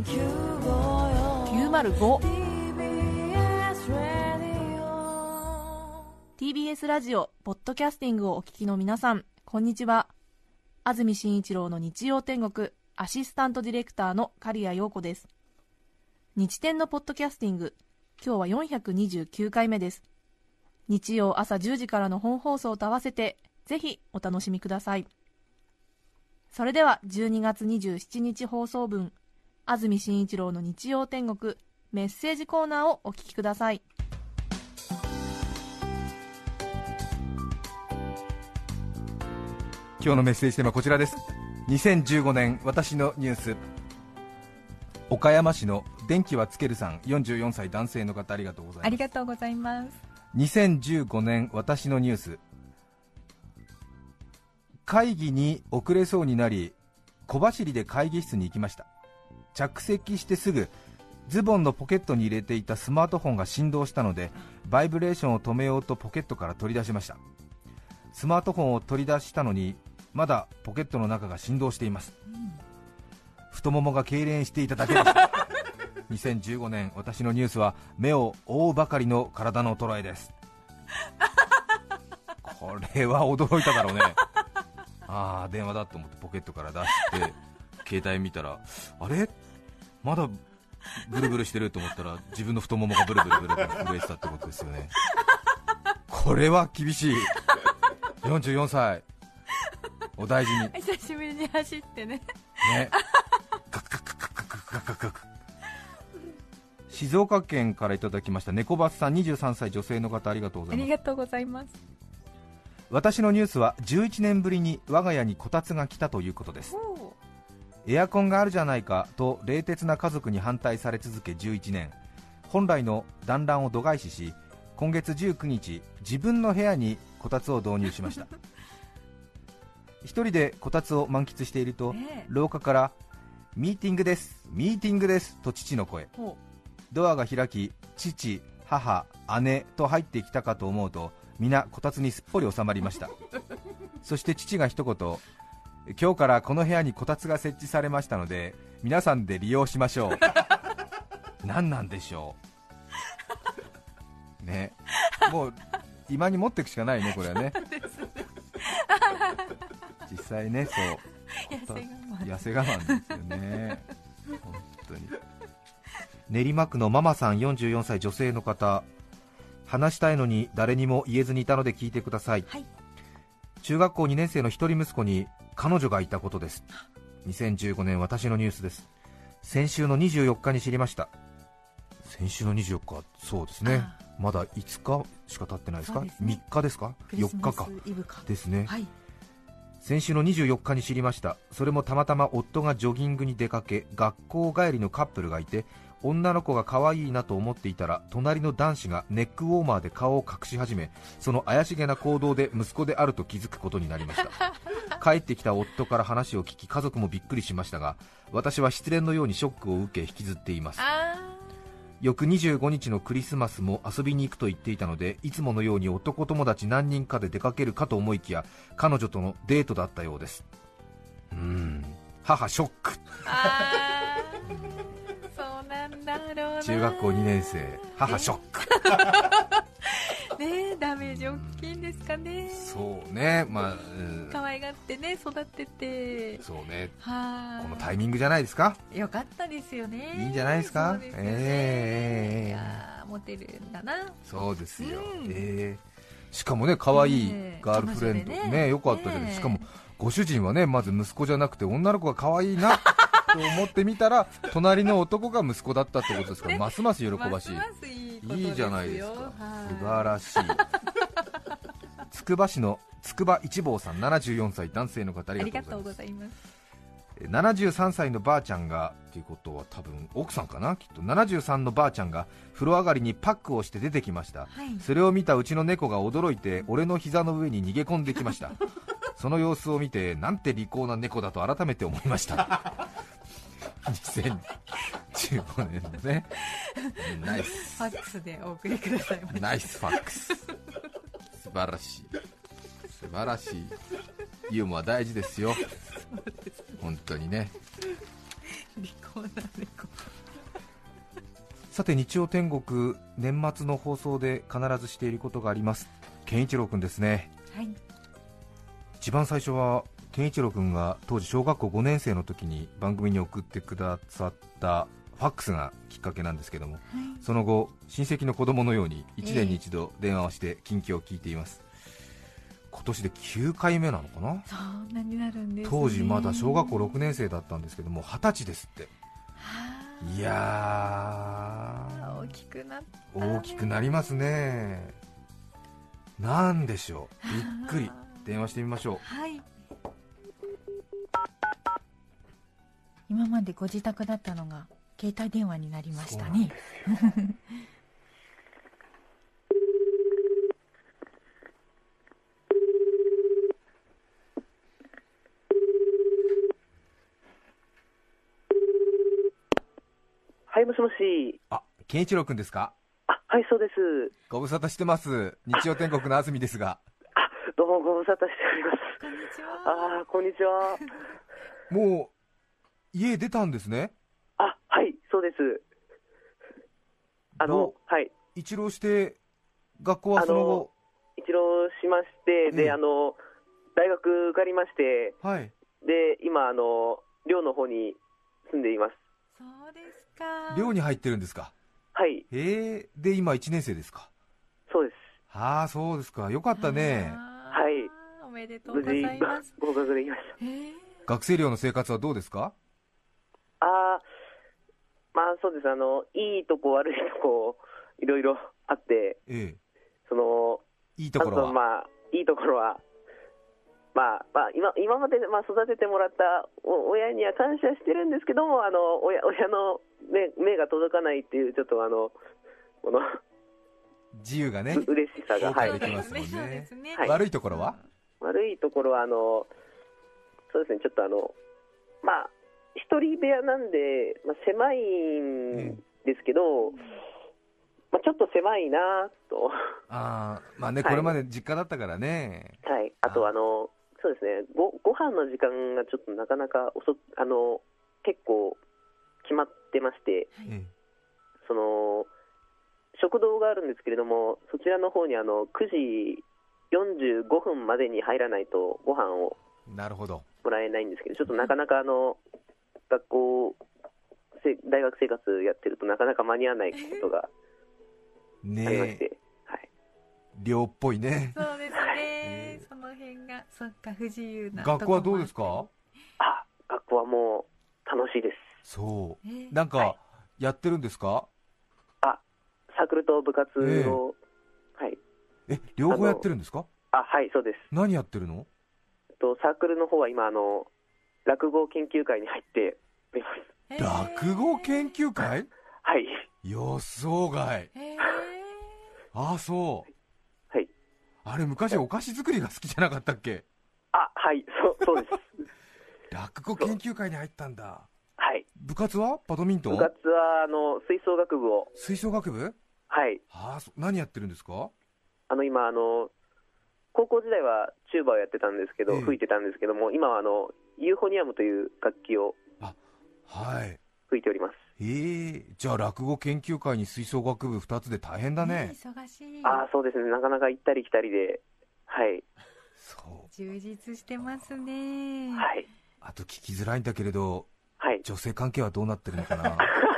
TBS ラジオポッドキャスティングをお聞きの皆さん、こんにちは。安住紳一郎の日曜天国アシスタントディレクターの刈谷陽子です。日天のポッドキャスティング、今日は429回目です。日曜朝10時からの本放送と合わせてぜひお楽しみください。それでは12月27日放送分、安住紳一郎の日曜天国メッセージコーナーをお聞きください。 今日のメッセージテーマはこちらです。2015年私のニュース。岡山市の電気はつけるさん、44歳男性の方、ありがとうございます。 ありがとうございます。 2015年私のニュース。会議に遅れそうになり小走りで会議室に行きました。着席してすぐズボンのポケットに入れていたスマートフォンが振動したので、バイブレーションを止めようとポケットから取り出しました。スマートフォンを取り出したのにまだポケットの中が振動しています。太ももが痙攣していただけです2015年私のニュースは目を覆うばかりの体の衰えです。これは驚いただろうね。ああ、電話だと思ってポケットから出して携帯見たら、あれまだブルブルしてると思ったら自分の太ももがブルブルブルブル震えてたってことですよね。これは厳しい。44歳お大事に。 久しぶりに走ってね。 カクカクカクカクカクカクカク。静岡県からいただきました猫バスさん、23歳女性の方、ありがとうございます。 ありがとうございます。 私のニュースは11年ぶりに我が家にこたつが来たということです。エアコンがあるじゃないかと冷徹な家族に反対され続け11年、本来の団らんを度外視し、今月19日自分の部屋にこたつを導入しました。一人でこたつを満喫していると、廊下からミーティングですミーティングですと父の声。ドアが開き、父、母、姉と入ってきたかと思うと、皆こたつにすっぽり収まりました。そして父が一言、今日からこの部屋にこたつが設置されましたので皆さんで利用しましょう。何なんでしょうね。もう今に持っていくしかないね、これはね。実際ね、そう痩せ我慢ですよね。本当に。練馬区のママさん、44歳女性の方、話したいのに誰にも言えずにいたので聞いてください。中学校2年生の一人息子に彼女がいたことです。2015年私のニュースです。先週の24日に知りました。先週の24日、そうですね、まだ5日しか経ってないですか、3日ですか、4日かですね、先週の24日に知りました。それもたまたま夫がジョギングに出かけ、学校帰りのカップルがいて、女の子が可愛いなと思っていたら、隣の男子がネックウォーマーで顔を隠し始め、その怪しげな行動で息子であると気づくことになりました。帰ってきた夫から話を聞き、家族もびっくりしましたが、私は失恋のようにショックを受け引きずっています。翌25日のクリスマスも遊びに行くと言っていたので、いつものように男友達何人かで出かけるかと思いきや、彼女とのデートだったようです。母ショック。 そうなんだろうな。 中学校2年生、母ショック。 ねえ、ダメージ大きいんですかね。 そうね、 可愛がってね、育てて。 そうね、このタイミングじゃないですか。 よかったですよね。 いいんじゃないですか。 いや、モテるんだな。 そうですよ。しかもね、可愛いガールフレンドね、よかったじゃない。しかもご主人はね、まず息子じゃなくて女の子が可愛いなと思ってみたら、隣の男が息子だったってことですから、ますます喜ばしい。いいじゃないですか、素晴らしい。つくば市のつくば一坊さん、74歳男性の方、ありがとうございます。73歳のばあちゃんが、ということは多分奥さんかな、きっと73のばあちゃんが風呂上がりにパックをして出てきました。それを見たうちの猫が驚いて俺の膝の上に逃げ込んできました。その様子を見て、なんて利口な猫だと改めて思いました。2015年のね、ナイスファックスでお送りください。 ナイスファックス、素晴らしい、素晴らしい。ユーモア大事ですよ、本当にね。 利口な猫。 さて、日曜天国、年末の放送で必ずしていることがあります。健一郎くんですね。 はい。 一番最初は健一郎くんが当時小学校5年生の時に番組に送ってくださったファックスがきっかけなんですけども、その後親戚の子供のように1年に一度電話をして近況を聞いています。今年で9回目なのかな。 そんなになるんですね。 当時まだ小学校6年生だったんですけども、20歳ですって。いやー、 大きくなった、 大きくなりますね。なんでしょう、びっくり。電話してみましょう。 はい。今までご自宅だったのが携帯電話になりましたね。 はい、もしもし。 あ、健一郎くんですか。 あ、はい、そうです。 ご無沙汰してます。日曜天国の安住ですが。 あ、どうもご無沙汰しております。 こんにちは。 あ、こんにちは。 もう家出たんですね。 あ、はい、そうです。はい。 一浪して学校はその後。 一浪しまして、で、大学受かりまして、 はい。 で、今寮の方に住んでいます。 そうですか。 寮に入ってるんですか。 はい。 で今1年生ですか。 そうです。 ああ、そうですか。よかったね。 はい。 おめでとうございます。 合格できました。 学生寮の生活はどうですか。 まあそうです。いいとこ悪いとこいろいろあって、 いいところは、 いいところは、今まで、育ててもらった親には感謝してるんですけども、親の目が届かないっていう、ちょっとこの自由がね、 嬉しさが、 はい、できますもんね。 はい、 悪いところは、 悪いところはそうですね、ちょっと一人部屋なんで、狭いんですけど、ちょっと狭いなと。 ね、これまで実家だったからね。 はい。あとそうですね、ご飯の時間がちょっとなかなか結構決まってまして、食堂があるんですけれども、そちらの方に9時45分までに入らないとご飯をもらえないんですけど、ちょっとなかなか学校大学生活やってるとなかなか間に合わないことがありまして、はい、 寮っぽいね。 そうですね、その辺がそっか不自由な。 学校はどうですか。 学校はもう楽しいです。 そう、なんかやってるんですか。 サークルと部活を、はい。 両方やってるんですか。 はい、そうです。 何やってるの。 サークルの方は今落語研究会に入っております。 落語研究会。 はい。 予想外。そう。 はい。 あれ昔お菓子作りが好きじゃなかったっけ。 はい、そうです。 落語研究会に入ったんだ。 はい。 部活はバドミントン。 部活は吹奏楽部を。 吹奏楽部。 はい。 何やってるんですか。 今高校時代はチューバをやってたんですけど、吹いてたんですけども、今はユーフォニアムという楽器を吹いております。 じゃあ落語研究会に吹奏楽部2つで大変だね。 忙しい。 そうですね、なかなか行ったり来たりで、はい。 充実してますね。 はい。 あと聞きづらいんだけれど、 はい、 女性関係はどうなってるのかな。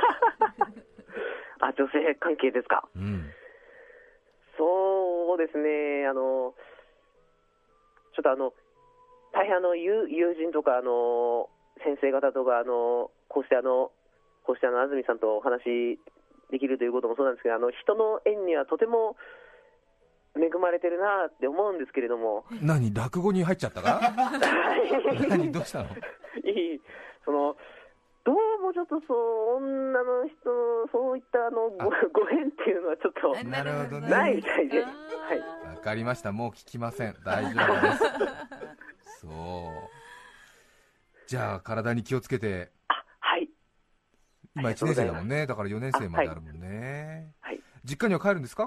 女性関係ですか。そうですね、ちょっと大変友人とか先生方とかこうして安住さんとお話できるということもそうなんですけど、人の縁にはとても恵まれてるなって思うんですけれども。 何、落語に入っちゃったか。何、どうしたの。 どうもちょっと女の人のそういったご縁っていうのはちょっとなるほど、ね、 ないみたいで、わかりました。もう聞きません。大丈夫です。そう。じゃあ体に気をつけて。 はい。 今1年生だもんね。だから4年生まであるもんね。はい。実家には帰るんですか。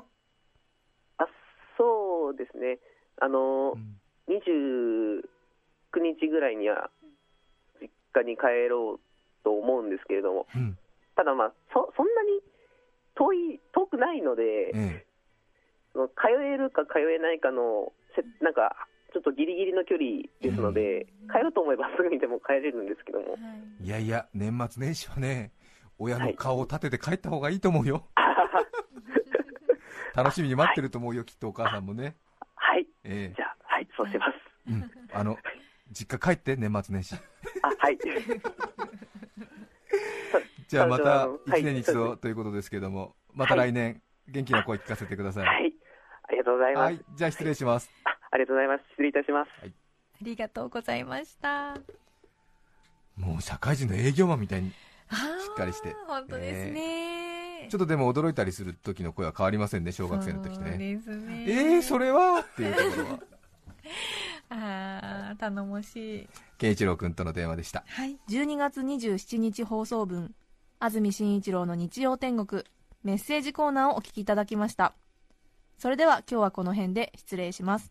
そうですね。29日ぐらいには実家に帰ろうと思うんですけれども、 うん、 ただ、そんなに遠くないので、通えるか通えないかのなんかちょっとギリギリの距離ですので、帰ろうと思えばすぐにでも帰れるんですけども、 いやいや、年末年始はね、親の顔を立てて帰った方がいいと思うよ、楽しみに待ってると思うよ、きっとお母さんもね。 はい、じゃあ、はい、そうします。 実家帰って、年末年始。 はい。 じゃあまた1年に一度ということですけども、また来年、元気な声聞かせてください。 はい、ありがとうございます。 はい、じゃあ失礼します。 ありがとうございます。失礼いたします。 ありがとうございました。 もう社会人の営業マンみたいにしっかりして、 本当ですね。 ちょっとでも驚いたりする時の声は変わりませんね、小学生の時ね。 そうですね。 それはっていうところは頼もしい。 健一郎君との電話でした。 はい、12月27日放送分、安住紳一郎の日曜天国メッセージコーナーをお聞きいただきました。それでは今日はこの辺で失礼します。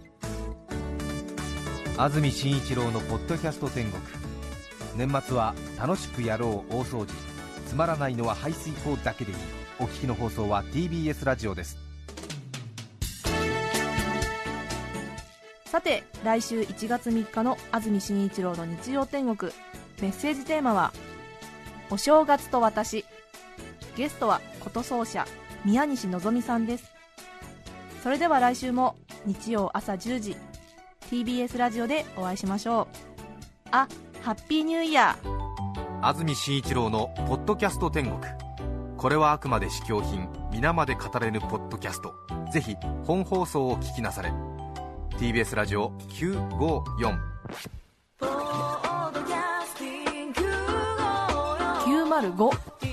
安住紳一郎のポッドキャスト天国、年末は楽しくやろう大掃除、つまらないのは排水口だけでいい。お聞きの放送は TBS ラジオです。 さて、来週1月3日の安住紳一郎の日曜天国、メッセージテーマはお正月と私。ゲストは琴奏者宮西のぞみさんです。それでは来週も日曜朝10時 TBS ラジオでお会いしましょう。ハッピーニューイヤー。 安住紳一郎のポッドキャスト天国、これはあくまで試供品、皆まで語れぬポッドキャスト。ぜひ本放送を聞きなされ。 TBS ラジオ954 905